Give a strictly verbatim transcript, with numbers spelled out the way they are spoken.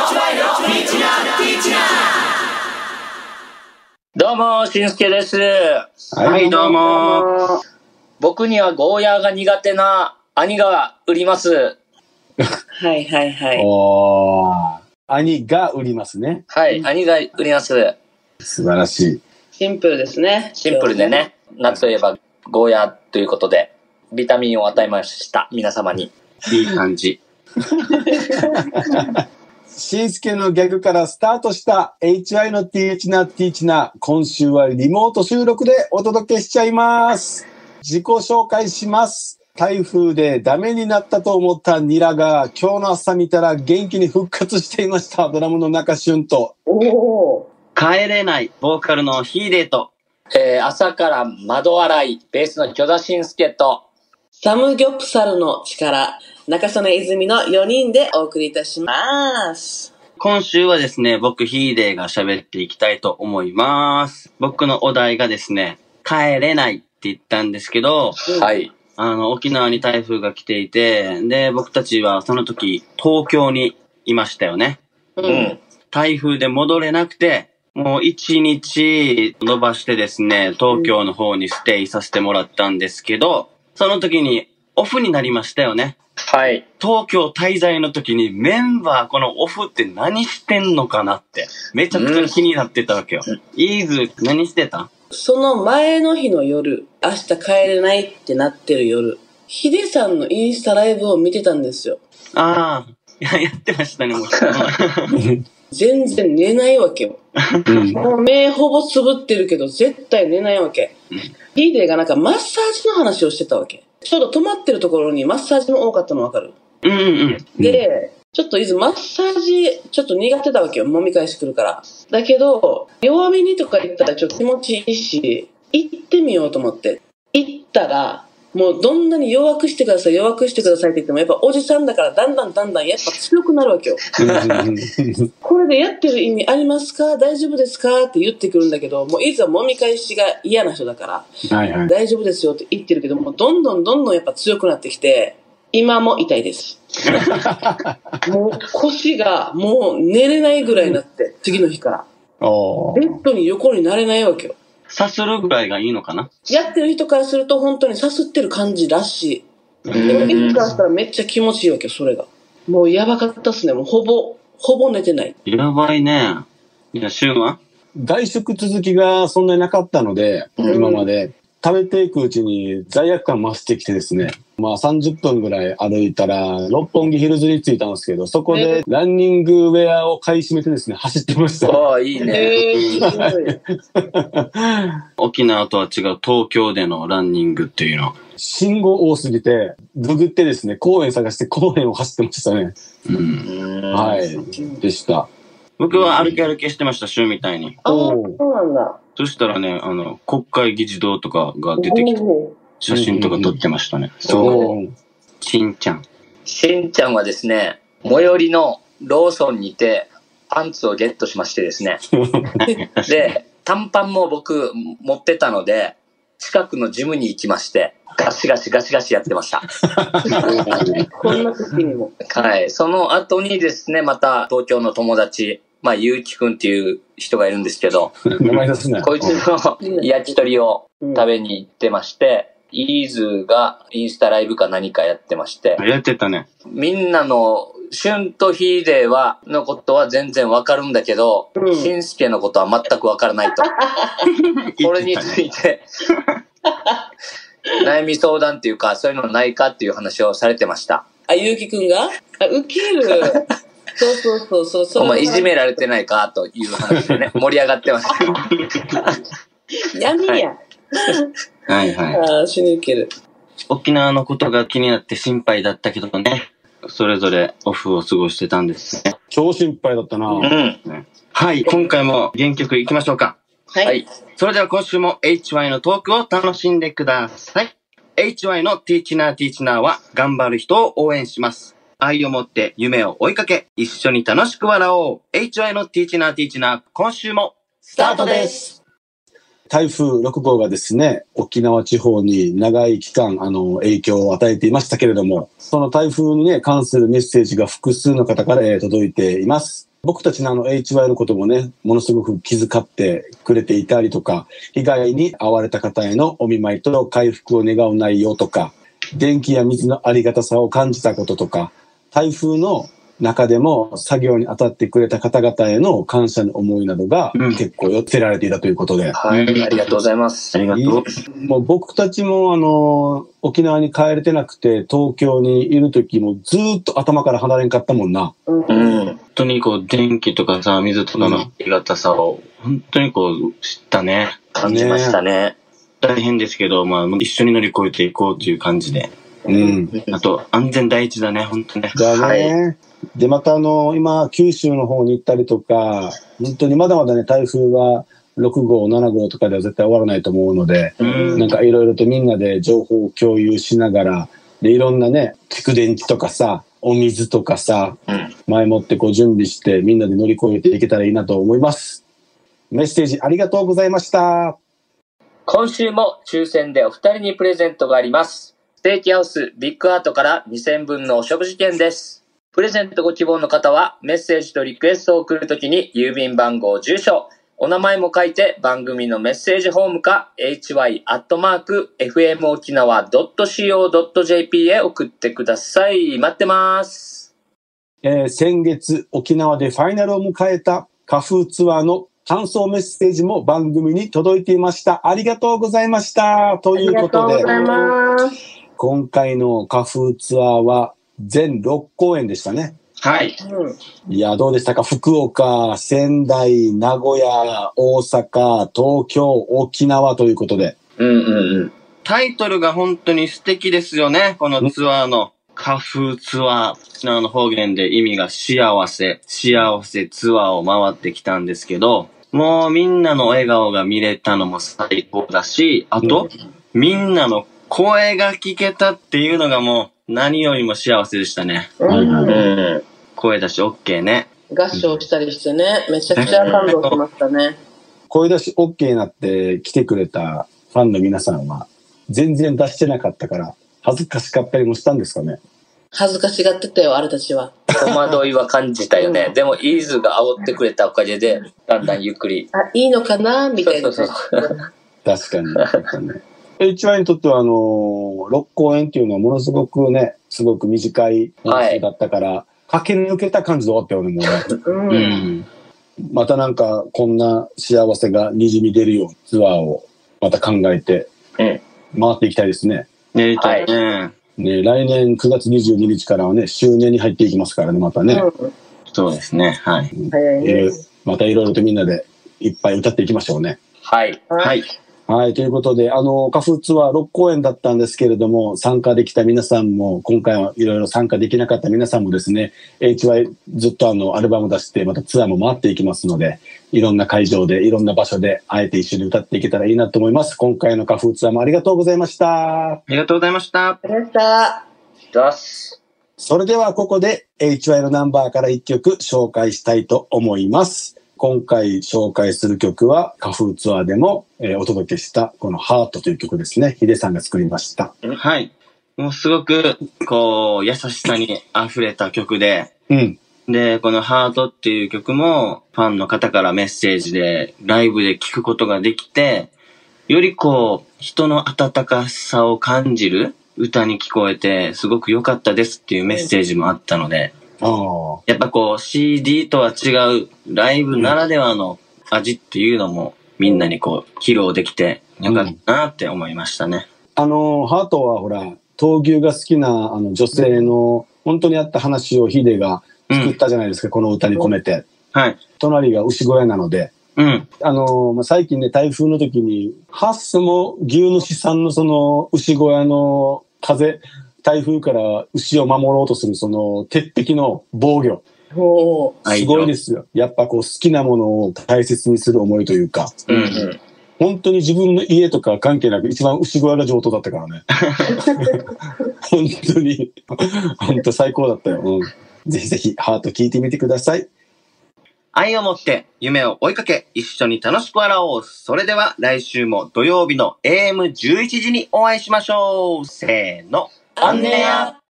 どうも、しんすけです。 はい、どうも。 僕にはゴーヤーが苦手な兄が売ります。 はいはいはい。 おー、兄が売りますね。 はい、兄が売ります。 素晴らしい。 シンプルですね。 シンプルでね、夏といえばゴーヤーということで、ビタミンを与えました、皆様に。 いい感じ。しんすけのギャグからスタートした エイチワイ のティーチナーティーチナー、今週はリモート収録でお届けしちゃいます。自己紹介します。台風でダメになったと思ったニラが今日の朝見たら元気に復活していました。ドラムの中俊と。 おー。 帰れないボーカルのヒーデーと、 えー、朝から窓洗いベースの巨田しんすけと、 サムギョプサルの力、中曽根泉のよにんでお送りいたします。 今週はですね、僕ヒーデーが喋っていきたいと思います。僕のお題がですね、帰れないって言ったんですけど、 はい。 あの、沖縄に台風が来ていて、で、僕たちはその時、東京にいましたよね。 うん。 台風で戻れなくて、もう一日伸ばしてですね、東京の方にステイさせてもらったんですけど、その時にオフになりましたよね。 はい。 東京滞在の時にメンバーこのオフって何してんのかなってめちゃくちゃ気になってたわけよ。うん、イーズ何してた？ その前の日の夜、明日帰れないってなってる夜、ヒデさんのインスタライブを見てたんですよ。 ああ、や, やってましたね、もう。 全然寝ないわけよ。もう目ほぼつぶってるけど絶対寝ないわけ。ヒデがなんかマッサージの話をしてたわけ。ちょうど止まってるところにマッサージの多かったの分かる？ うんうんうん。 で、ちょっといずマッサージちょっと苦手だわけよ。揉み返してくるから。だけど、弱めにとか言ったらちょっと気持ちいいし、行ってみようと思って。行ったら、もうどんなに弱くしてください、弱くしてくださいって言っても、やっぱおじさんだからだんだんだんだんやっぱ強くなるわけよ。これでやってる意味ありますか？大丈夫ですか？って言ってくるんだけど、もういざ揉み返しが嫌な人だから、はいはい、大丈夫ですよって言ってるけど、もうどんどんどんどんやっぱ強くなってきて、今も痛いです。もう腰がもう寝れないぐらいになって、次の日から。ベッドに横になれないわけよ。 さするぐらいがいいのかな？ やってる人からすると本当にさすってる感じらしい。でもいつからしたらめっちゃ気持ちいいわけよ、それが。もうやばかったっすね。もうほぼ、ほぼ寝てない。 やばいね。じゃあ、シュンは？ 外食続きがそんなになかったので、うん、今まで。食べていくうちに罪悪感増してきてですね。まあさんじゅっぷんぐらい歩いたら、六本木ヒルズに着いたんですけど、そこでランニングウェアを買い占めてですね、走ってました。 ああ、いいね。 沖縄とは違う東京でのランニングっていうの。 信号多すぎて、ググってですね、公園探して公園を走ってましたね。 うん。 はい。でした。 僕は歩き歩きしてました、週みたいに。 ああ、そうなんだ。 そしたらね、あの、国会議事堂とかが出てきて、写真とか撮ってましたね。 そう。 しんちゃん。 しんちゃんはですね、最寄りのローソンにて、パンツをゲットしましてですね。で、短パンも僕持ってたので、近くのジムに行きまして、ガシガシガシガシやってました。 こんな時にも。 はい。その後にですね、また東京の友達、まあ、ゆうきくんっていう人がいるんですけど、こいつの焼き鳥を食べに行ってまして、イーズがインスタライブか何かやってまして。 やってたね。 みんなの、シュンとヒーデーは、のことは全然わかるんだけど、うん、シンスケのことは全くわからないと。これについて、悩み相談っていうか、そういうのないかっていう話をされてました。 あ、ゆうきくんがあ、ウケる。そうそうそうそうそう。 お前いじめられてないかという話でね、盛り上がってました。 闇や。 はいはい。 ああ、死にウケる。 沖縄のことが気になって心配だったけどね、それぞれオフを過ごしてたんですね。 超心配だったな。 うん。 はい、今回も原曲いきましょうか。 はい。はい、 それでは今週も エイチワイ のトークを楽しんでください。エイチワイ のティーチナーティーチナーは頑張る人を応援します。愛を持って夢を追いかけ、一緒に楽しく笑おう。エイチワイ のティーチナーティーチナー、今週もスタートです。 台風ろく号がですね、沖縄地方に長い期間、あの、影響を与えていましたけれども、その台風にね、関するメッセージが複数の方から、えー、届いています。 僕たちのあの エイチワイ のこともね、ものすごく気遣ってくれていたりとか、被害に遭われた方へのお見舞いと回復を願う内容とか、電気や水のありがたさを感じたこととか、台風の中でも作業に当たってくれた方々への感謝の思いなどが結構寄せられていたということで、うん、 はい、ありがとうございます。 ありがとう。 もう僕たちもあの沖縄に帰れてなくて東京にいる時もずーっと頭から離れんかったもんな。 うん、本当にこう電気とかさ水とかのありがたさを本当にこう知ったね。 感じましたね。 大変ですけど、まあ一緒に乗り越えていこうという感じで。 うん。 あと安全第一だね、本当ね。 だね。 はい、 で、またあの、今、九州の方に行ったりとか、本当にまだまだね、台風はろくごう、ななごうとかでは絶対終わらないと思うので、んなんかいろいろとみんなで情報を共有しながら、で、いろんなね、蓄電池とかさ、お水とかさ、うん、前もってこう準備してみんなで乗り越えていけたらいいなと思います。メッセージありがとうございました。 今週も抽選でお二人にプレゼントがあります。ステーキハウスビッグハートからにせんぶんのお食事券です。プレゼントご希望の方はメッセージとリクエストを送るときに郵便番号、住所、お名前も書いて番組のメッセージホームか エイチワイアットマークエフエムオキナワドットシーオードットジェーピー へ送ってください。待ってます。 えー、先月沖縄でファイナルを迎えた花風ツアーの感想メッセージも番組に届いていました。ありがとうございました。ということで、 ありがとうございます。 今回の花風ツアーは全ろっこうえんでしたね。 はい。 いや、どうでしたか？福岡、仙台、名古屋、大阪、東京、沖縄ということで。 うんうんうん。 タイトルが本当に素敵ですよね。このツアーの花風ツアー。沖縄の方言で意味が幸せ、幸せツアーを回ってきたんですけど、もうみんなの笑顔が見れたのも最高だし、あと、うん、みんなの声が聞けたっていうのがもう何よりも幸せでしたね。うん、声出し OK ね。 合唱したりしてね、めちゃくちゃ感動しましたね。 声出し OK になって来てくれたファンの皆さんは全然出してなかったから恥ずかしかったりもしたんですかね？ 恥ずかしがってたよ、あれたちは。 戸惑いは感じたよね。うん、でもイーズが煽ってくれたおかげでだんだんゆっくり。 あ、いいのかなみたいな。そうそうそう確かに。確かにエイチワイ にとってはあのー、ろっこうえんっていうのはものすごくね、すごく短い本数だったから、はい、駆け抜けた感じで終わったよね、もうね。うん、またなんかこんな幸せがにじみ出るようなツアーをまた考えて回っていきたいですね。 ね、はい、 ね、来年くがつにじゅうににちからはね、周年に入っていきますからね、またね。うん、 そうですね、はい。 早いね。 えー、またいろいろとみんなでいっぱい歌っていきましょうね。 はい。 はい。はい。ということで、あの、花風ツアーろっこうえんだったんですけれども、参加できた皆さんも、今回はいろいろ参加できなかった皆さんもですね、エイチワイ ずっとあの、アルバム出して、またツアーも回っていきますので、いろんな会場で、いろんな場所で、あえて一緒に歌っていけたらいいなと思います。今回の花風ツアーもありがとうございました。 ありがとうございました。 ありがとうございました。 それではここで エイチワイ のナンバーからいっきょく紹介したいと思います。今回紹介する曲は花風ツアーでも、えー、お届けしたこのハートという曲ですね。ヒデさんが作りました。 はい。もうすごくこう優しさに溢れた曲で、うん、で、このハートっていう曲もファンの方からメッセージでライブで聴くことができて、よりこう人の温かさを感じる歌に聞こえてすごく良かったですっていうメッセージもあったので、あやっぱこう シーディー とは違うライブならではの味っていうのもみんなにこう披露できてよかったなって思いましたね。 うん、あのハートはほら闘牛が好きなあの女性の本当にあった話をヒデが作ったじゃないですか、うん、この歌に込めて、 はい、 隣が牛小屋なので、うん、あのまあ、最近ね台風の時にハッスも牛主さんのその牛小屋の風台風から牛を守ろうとするその鉄壁の防御。すごいですよ。やっぱこう好きなものを大切にする思いというか。うんうん、本当に自分の家とか関係なく一番牛小屋が上等だったからね。本当に、本当最高だったよ。うん、ぜひぜひハート聞いてみてください。 愛を持って夢を追いかけ一緒に楽しく笑おう。それでは来週も土曜日の エーエムじゅういちじにお会いしましょう。せーの。 アンネア